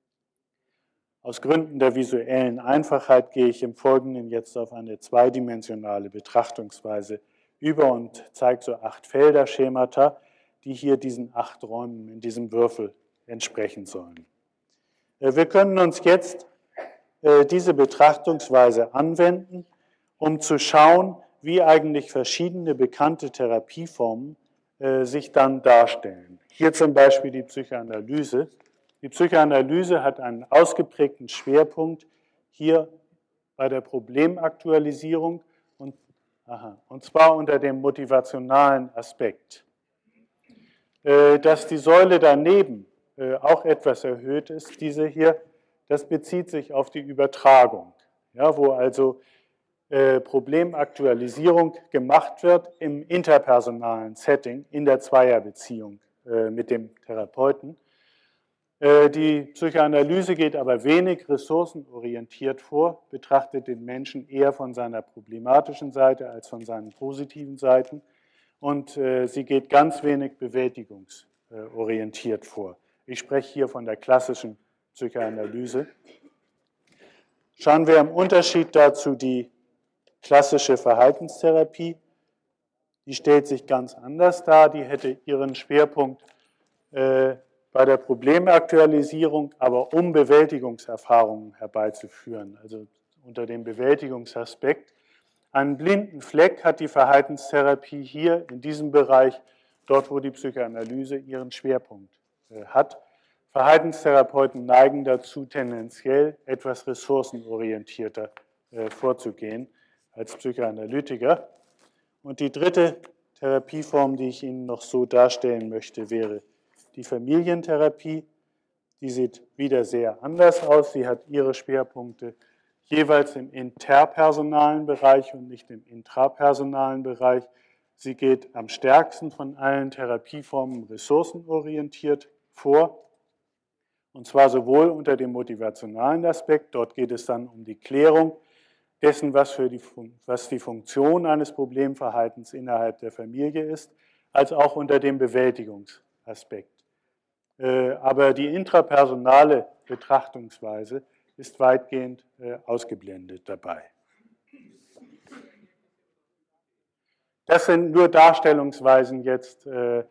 Aus Gründen der visuellen Einfachheit gehe ich im Folgenden jetzt auf eine zweidimensionale Betrachtungsweise über und zeige so acht Felderschemata, die hier diesen acht Räumen in diesem Würfel entsprechen sollen. Wir können uns jetzt diese Betrachtungsweise anwenden, um zu schauen, wie eigentlich verschiedene bekannte Therapieformen sich dann darstellen. Hier zum Beispiel die Psychoanalyse. Die Psychoanalyse hat einen ausgeprägten Schwerpunkt hier bei der Problemaktualisierung und, aha, und zwar unter dem motivationalen Aspekt. Dass die Säule daneben auch etwas erhöht ist, diese hier, das bezieht sich auf die Übertragung, ja, wo also äh, Problemaktualisierung gemacht wird im interpersonalen Setting, in der Zweierbeziehung äh, mit dem Therapeuten. Äh, die Psychoanalyse geht aber wenig ressourcenorientiert vor, betrachtet den Menschen eher von seiner problematischen Seite als von seinen positiven Seiten und äh, sie geht ganz wenig bewältigungsorientiert vor. Ich spreche hier von der klassischen Psychoanalyse. Schauen wir im Unterschied dazu die klassische Verhaltenstherapie. Die stellt sich ganz anders dar. Die hätte ihren Schwerpunkt äh, bei der Problemaktualisierung, aber um Bewältigungserfahrungen herbeizuführen, also unter dem Bewältigungsaspekt. Einen blinden Fleck hat die Verhaltenstherapie hier in diesem Bereich, dort wo die Psychoanalyse ihren Schwerpunkt äh, hat. Verhaltenstherapeuten neigen dazu, tendenziell etwas ressourcenorientierter äh, vorzugehen als Psychoanalytiker. Und die dritte Therapieform, die ich Ihnen noch so darstellen möchte, wäre die Familientherapie. Die sieht wieder sehr anders aus. Sie hat ihre Schwerpunkte jeweils im interpersonalen Bereich und nicht im intrapersonalen Bereich. Sie geht am stärksten von allen Therapieformen ressourcenorientiert vor. Und zwar sowohl unter dem motivationalen Aspekt, dort geht es dann um die Klärung dessen, was, für die, was die Funktion eines Problemverhaltens innerhalb der Familie ist, als auch unter dem Bewältigungsaspekt. Aber die intrapersonale Betrachtungsweise ist weitgehend ausgeblendet dabei. Das sind nur Darstellungsweisen jetzt,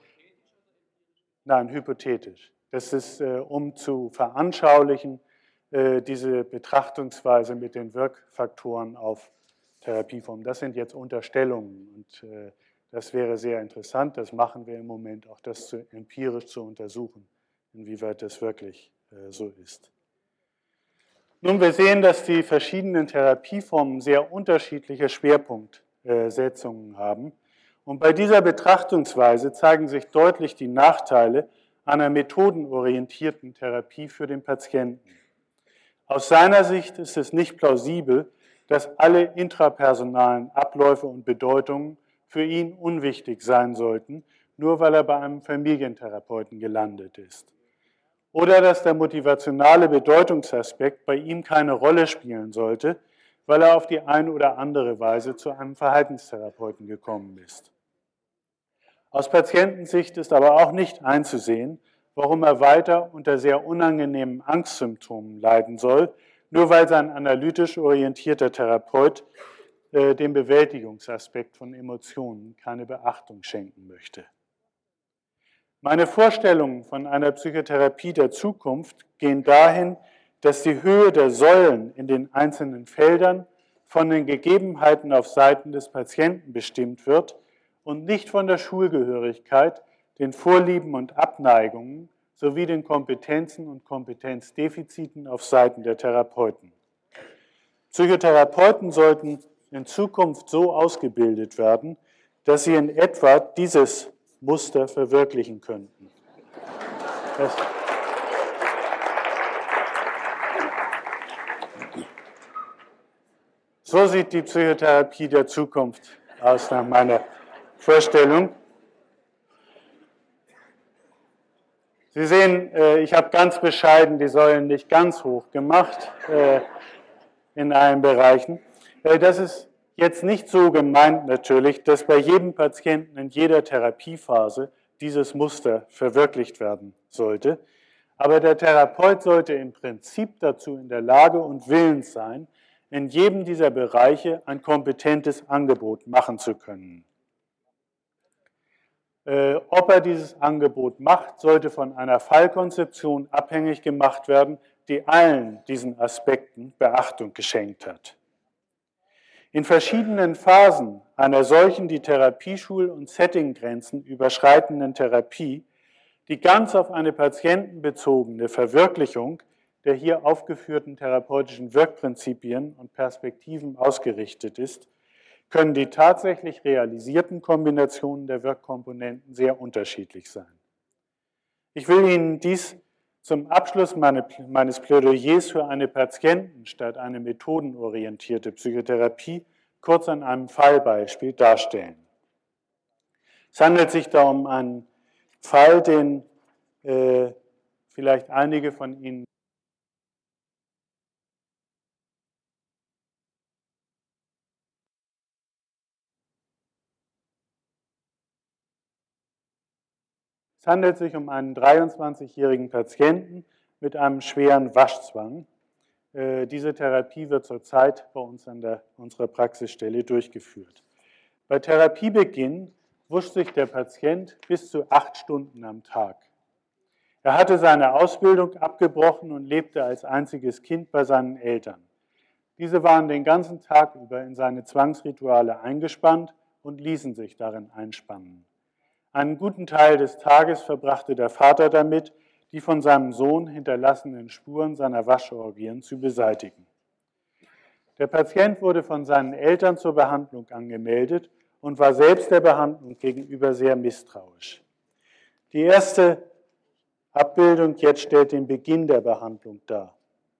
nein, hypothetisch. Das ist, um zu veranschaulichen, diese Betrachtungsweise mit den Wirkfaktoren auf Therapieformen. Das sind jetzt Unterstellungen und das wäre sehr interessant. Das machen wir im Moment, auch das zu, empirisch zu untersuchen, inwieweit das wirklich so ist. Nun, wir sehen, dass die verschiedenen Therapieformen sehr unterschiedliche Schwerpunktsetzungen haben. Und bei dieser Betrachtungsweise zeigen sich deutlich die Nachteile einer methodenorientierten Therapie für den Patienten. Aus seiner Sicht ist es nicht plausibel, dass alle intrapersonalen Abläufe und Bedeutungen für ihn unwichtig sein sollten, nur weil er bei einem Familientherapeuten gelandet ist. Oder dass der motivationale Bedeutungsaspekt bei ihm keine Rolle spielen sollte, weil er auf die eine oder andere Weise zu einem Verhaltenstherapeuten gekommen ist. Aus Patientensicht ist aber auch nicht einzusehen, warum er weiter unter sehr unangenehmen Angstsymptomen leiden soll, nur weil sein analytisch orientierter Therapeut äh, dem Bewältigungsaspekt von Emotionen keine Beachtung schenken möchte. Meine Vorstellungen von einer Psychotherapie der Zukunft gehen dahin, dass die Höhe der Säulen in den einzelnen Feldern von den Gegebenheiten auf Seiten des Patienten bestimmt wird und nicht von der Schulgehörigkeit, den Vorlieben und Abneigungen sowie den Kompetenzen und Kompetenzdefiziten auf Seiten der Therapeuten. Psychotherapeuten sollten in Zukunft so ausgebildet werden, dass sie in etwa dieses Muster verwirklichen könnten. Das so sieht die Psychotherapie der Zukunft aus nach meiner Vorstellung. Sie sehen, ich habe ganz bescheiden die Säulen nicht ganz hoch gemacht in allen Bereichen. Das ist jetzt nicht so gemeint natürlich, dass bei jedem Patienten in jeder Therapiephase dieses Muster verwirklicht werden sollte. Aber der Therapeut sollte im Prinzip dazu in der Lage und willens sein, in jedem dieser Bereiche ein kompetentes Angebot machen zu können. Äh, ob er dieses Angebot macht, sollte von einer Fallkonzeption abhängig gemacht werden, die allen diesen Aspekten Beachtung geschenkt hat. In verschiedenen Phasen einer solchen die Therapieschul- und Settinggrenzen überschreitenden Therapie, die ganz auf eine patientenbezogene Verwirklichung der hier aufgeführten therapeutischen Wirkprinzipien und Perspektiven ausgerichtet ist, können die tatsächlich realisierten Kombinationen der Wirkkomponenten sehr unterschiedlich sein. Ich will Ihnen dies zum Abschluss meines Plädoyers für eine patienten- statt eine methodenorientierte Psychotherapie kurz an einem Fallbeispiel darstellen. Es handelt sich da um einen Fall, den äh, vielleicht einige von Ihnen Es handelt sich um einen dreiundzwanzigjährigen Patienten mit einem schweren Waschzwang. Diese Therapie wird zurzeit bei uns an der, unserer Praxisstelle durchgeführt. Bei Therapiebeginn wuscht sich der Patient bis zu acht Stunden am Tag. Er hatte seine Ausbildung abgebrochen und lebte als einziges Kind bei seinen Eltern. Diese waren den ganzen Tag über in seine Zwangsrituale eingespannt und ließen sich darin einspannen. Einen guten Teil des Tages verbrachte der Vater damit, die von seinem Sohn hinterlassenen Spuren seiner Waschorgien zu beseitigen. Der Patient wurde von seinen Eltern zur Behandlung angemeldet und war selbst der Behandlung gegenüber sehr misstrauisch. Die erste Abbildung jetzt stellt den Beginn der Behandlung dar.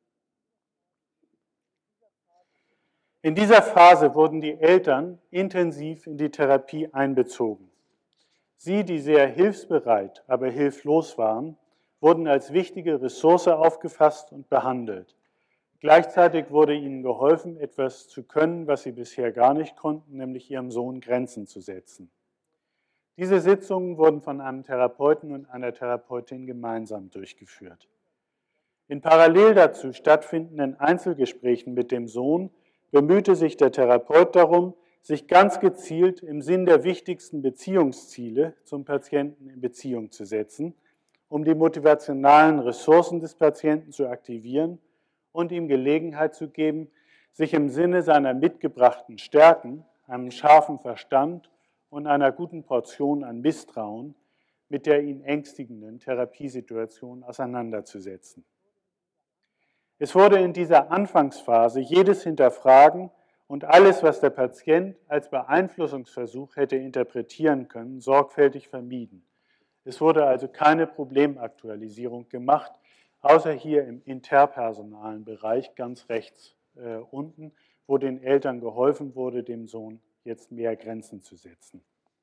In dieser Phase wurden die Eltern intensiv in die Therapie einbezogen. Sie, die sehr hilfsbereit, aber hilflos waren, wurden als wichtige Ressource aufgefasst und behandelt. Gleichzeitig wurde ihnen geholfen, etwas zu können, was sie bisher gar nicht konnten, nämlich ihrem Sohn Grenzen zu setzen. Diese Sitzungen wurden von einem Therapeuten und einer Therapeutin gemeinsam durchgeführt. In parallel dazu stattfindenden Einzelgesprächen mit dem Sohn bemühte sich der Therapeut darum, sich ganz gezielt im Sinn der wichtigsten Beziehungsziele zum Patienten in Beziehung zu setzen, um die motivationalen Ressourcen des Patienten zu aktivieren und ihm Gelegenheit zu geben, sich im Sinne seiner mitgebrachten Stärken, einem scharfen Verstand und einer guten Portion an Misstrauen mit der ihn ängstigenden Therapiesituation auseinanderzusetzen. Es wurde in dieser Anfangsphase jedes Hinterfragen und alles, was der Patient als Beeinflussungsversuch hätte interpretieren können, sorgfältig vermieden. Es wurde also keine Problemaktualisierung gemacht, außer hier im interpersonalen Bereich ganz rechts äh, unten, wo den Eltern geholfen wurde, dem Sohn jetzt mehr Grenzen zu setzen.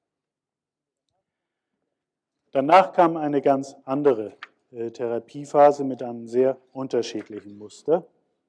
Danach kam eine ganz andere äh, Therapiephase mit einem sehr unterschiedlichen Muster.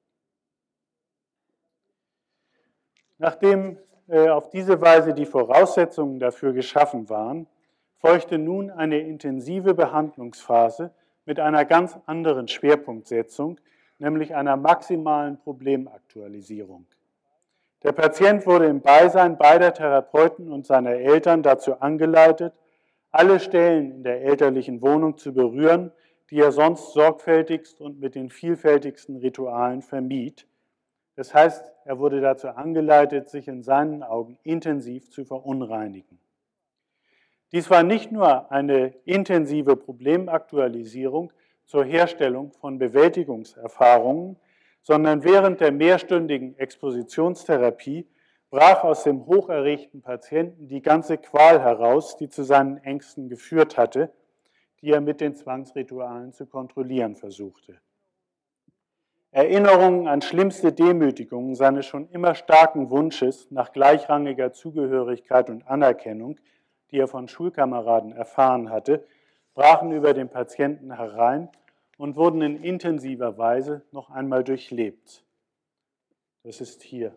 Nachdem äh, auf diese Weise die Voraussetzungen dafür geschaffen waren, folgte nun eine intensive Behandlungsphase mit einer ganz anderen Schwerpunktsetzung, nämlich einer maximalen Problemaktualisierung. Der Patient wurde im Beisein beider Therapeuten und seiner Eltern dazu angeleitet, alle Stellen in der elterlichen Wohnung zu berühren, die er sonst sorgfältigst und mit den vielfältigsten Ritualen vermied. Das heißt, er wurde dazu angeleitet, sich in seinen Augen intensiv zu verunreinigen. Dies war nicht nur eine intensive Problemaktualisierung zur Herstellung von Bewältigungserfahrungen, sondern während der mehrstündigen Expositionstherapie brach aus dem hocherregten Patienten die ganze Qual heraus, die zu seinen Ängsten geführt hatte, die er mit den Zwangsritualen zu kontrollieren versuchte. Erinnerungen an schlimmste Demütigungen seines schon immer starken Wunsches nach gleichrangiger Zugehörigkeit und Anerkennung, die er von Schulkameraden erfahren hatte, brachen über den Patienten herein und wurden in intensiver Weise noch einmal durchlebt. Das ist hier.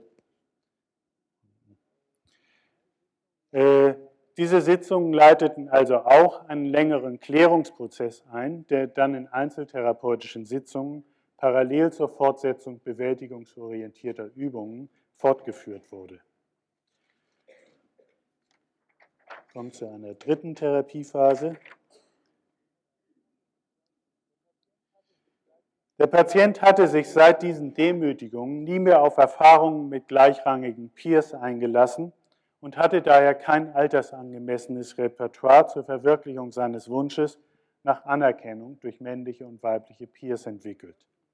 Äh, diese Sitzungen leiteten also auch einen längeren Klärungsprozess ein, der dann in einzeltherapeutischen Sitzungen parallel zur Fortsetzung bewältigungsorientierter Übungen fortgeführt wurde. Kommt zu einer dritten Therapiephase. Der Patient hatte sich seit diesen Demütigungen nie mehr auf Erfahrungen mit gleichrangigen Peers eingelassen und hatte daher kein altersangemessenes Repertoire zur Verwirklichung seines Wunsches nach Anerkennung durch männliche und weibliche Peers entwickelt.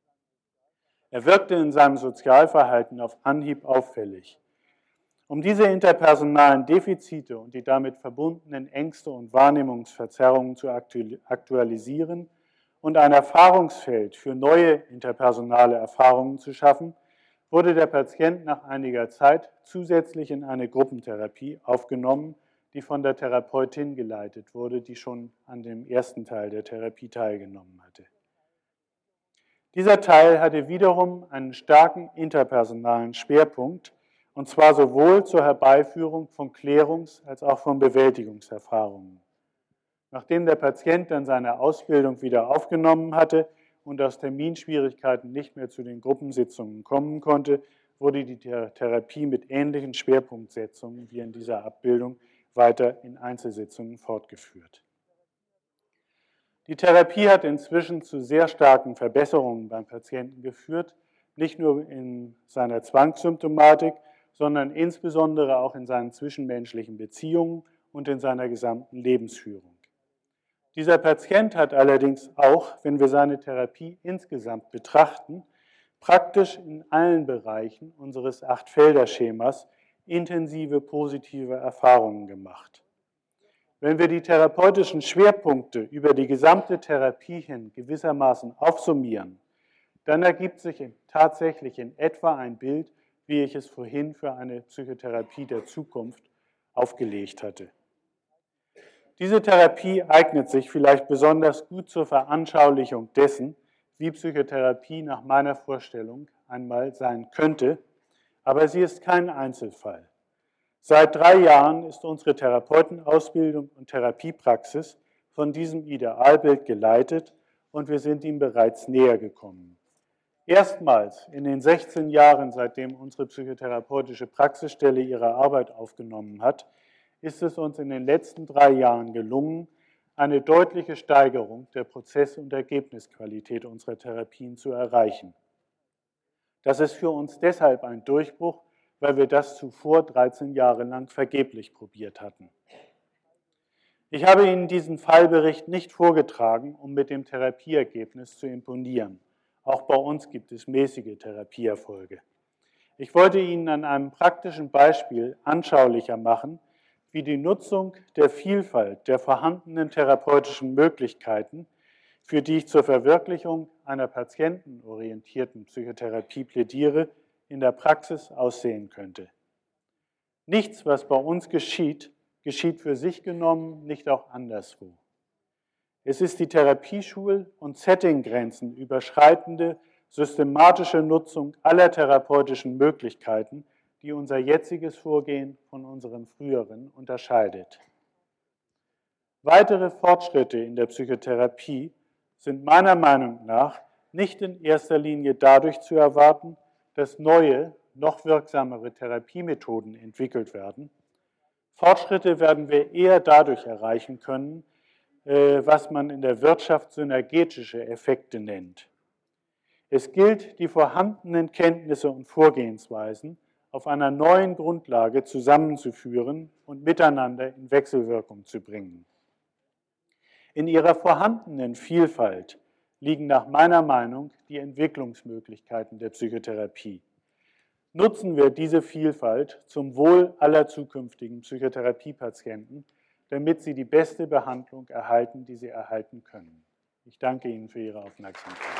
Er wirkte in seinem Sozialverhalten auf Anhieb auffällig. Um diese interpersonalen Defizite und die damit verbundenen Ängste und Wahrnehmungsverzerrungen zu aktualisieren und ein Erfahrungsfeld für neue interpersonale Erfahrungen zu schaffen, wurde der Patient nach einiger Zeit zusätzlich in eine Gruppentherapie aufgenommen, die von der Therapeutin geleitet wurde, die schon an dem ersten Teil der Therapie teilgenommen hatte. Dieser Teil hatte wiederum einen starken interpersonalen Schwerpunkt, und zwar sowohl zur Herbeiführung von Klärungs- als auch von Bewältigungserfahrungen. Nachdem der Patient dann seine Ausbildung wieder aufgenommen hatte und aus Terminschwierigkeiten nicht mehr zu den Gruppensitzungen kommen konnte, wurde die Therapie mit ähnlichen Schwerpunktsetzungen wie in dieser Abbildung weiter in Einzelsitzungen fortgeführt. Die Therapie hat inzwischen zu sehr starken Verbesserungen beim Patienten geführt, nicht nur in seiner Zwangssymptomatik, sondern insbesondere auch in seinen zwischenmenschlichen Beziehungen und in seiner gesamten Lebensführung. Dieser Patient hat allerdings auch, wenn wir seine Therapie insgesamt betrachten, praktisch in allen Bereichen unseres Acht-Felder-Schemas intensive positive Erfahrungen gemacht. Wenn wir die therapeutischen Schwerpunkte über die gesamte Therapie hin gewissermaßen aufsummieren, dann ergibt sich tatsächlich in etwa ein Bild, wie ich es vorhin für eine Psychotherapie der Zukunft aufgelegt hatte. Diese Therapie eignet sich vielleicht besonders gut zur Veranschaulichung dessen, wie Psychotherapie nach meiner Vorstellung einmal sein könnte, aber sie ist kein Einzelfall. Seit drei Jahren ist unsere Therapeutenausbildung und Therapiepraxis von diesem Idealbild geleitet und wir sind ihm bereits näher gekommen. Erstmals in den sechzehn Jahren, seitdem unsere psychotherapeutische Praxisstelle ihre Arbeit aufgenommen hat, ist es uns in den letzten drei Jahren gelungen, eine deutliche Steigerung der Prozess- und Ergebnisqualität unserer Therapien zu erreichen. Das ist für uns deshalb ein Durchbruch, weil wir das zuvor dreizehn Jahre lang vergeblich probiert hatten. Ich habe Ihnen diesen Fallbericht nicht vorgetragen, um mit dem Therapieergebnis zu imponieren. Auch bei uns gibt es mäßige Therapieerfolge. Ich wollte Ihnen an einem praktischen Beispiel anschaulicher machen, wie die Nutzung der Vielfalt der vorhandenen therapeutischen Möglichkeiten, für die ich zur Verwirklichung einer patientenorientierten Psychotherapie plädiere, in der Praxis aussehen könnte. Nichts, was bei uns geschieht, geschieht für sich genommen, nicht auch anderswo. Es ist die Therapieschul- und Settinggrenzen überschreitende systematische Nutzung aller therapeutischen Möglichkeiten, die unser jetziges Vorgehen von unserem früheren unterscheidet. Weitere Fortschritte in der Psychotherapie sind meiner Meinung nach nicht in erster Linie dadurch zu erwarten, dass neue, noch wirksamere Therapiemethoden entwickelt werden. Fortschritte werden wir eher dadurch erreichen können, was man in der Wirtschaft synergetische Effekte nennt. Es gilt, die vorhandenen Kenntnisse und Vorgehensweisen auf einer neuen Grundlage zusammenzuführen und miteinander in Wechselwirkung zu bringen. In ihrer vorhandenen Vielfalt liegen nach meiner Meinung die Entwicklungsmöglichkeiten der Psychotherapie. Nutzen wir diese Vielfalt zum Wohl aller zukünftigen Psychotherapiepatienten, damit sie die beste Behandlung erhalten, die sie erhalten können. Ich danke Ihnen für Ihre Aufmerksamkeit.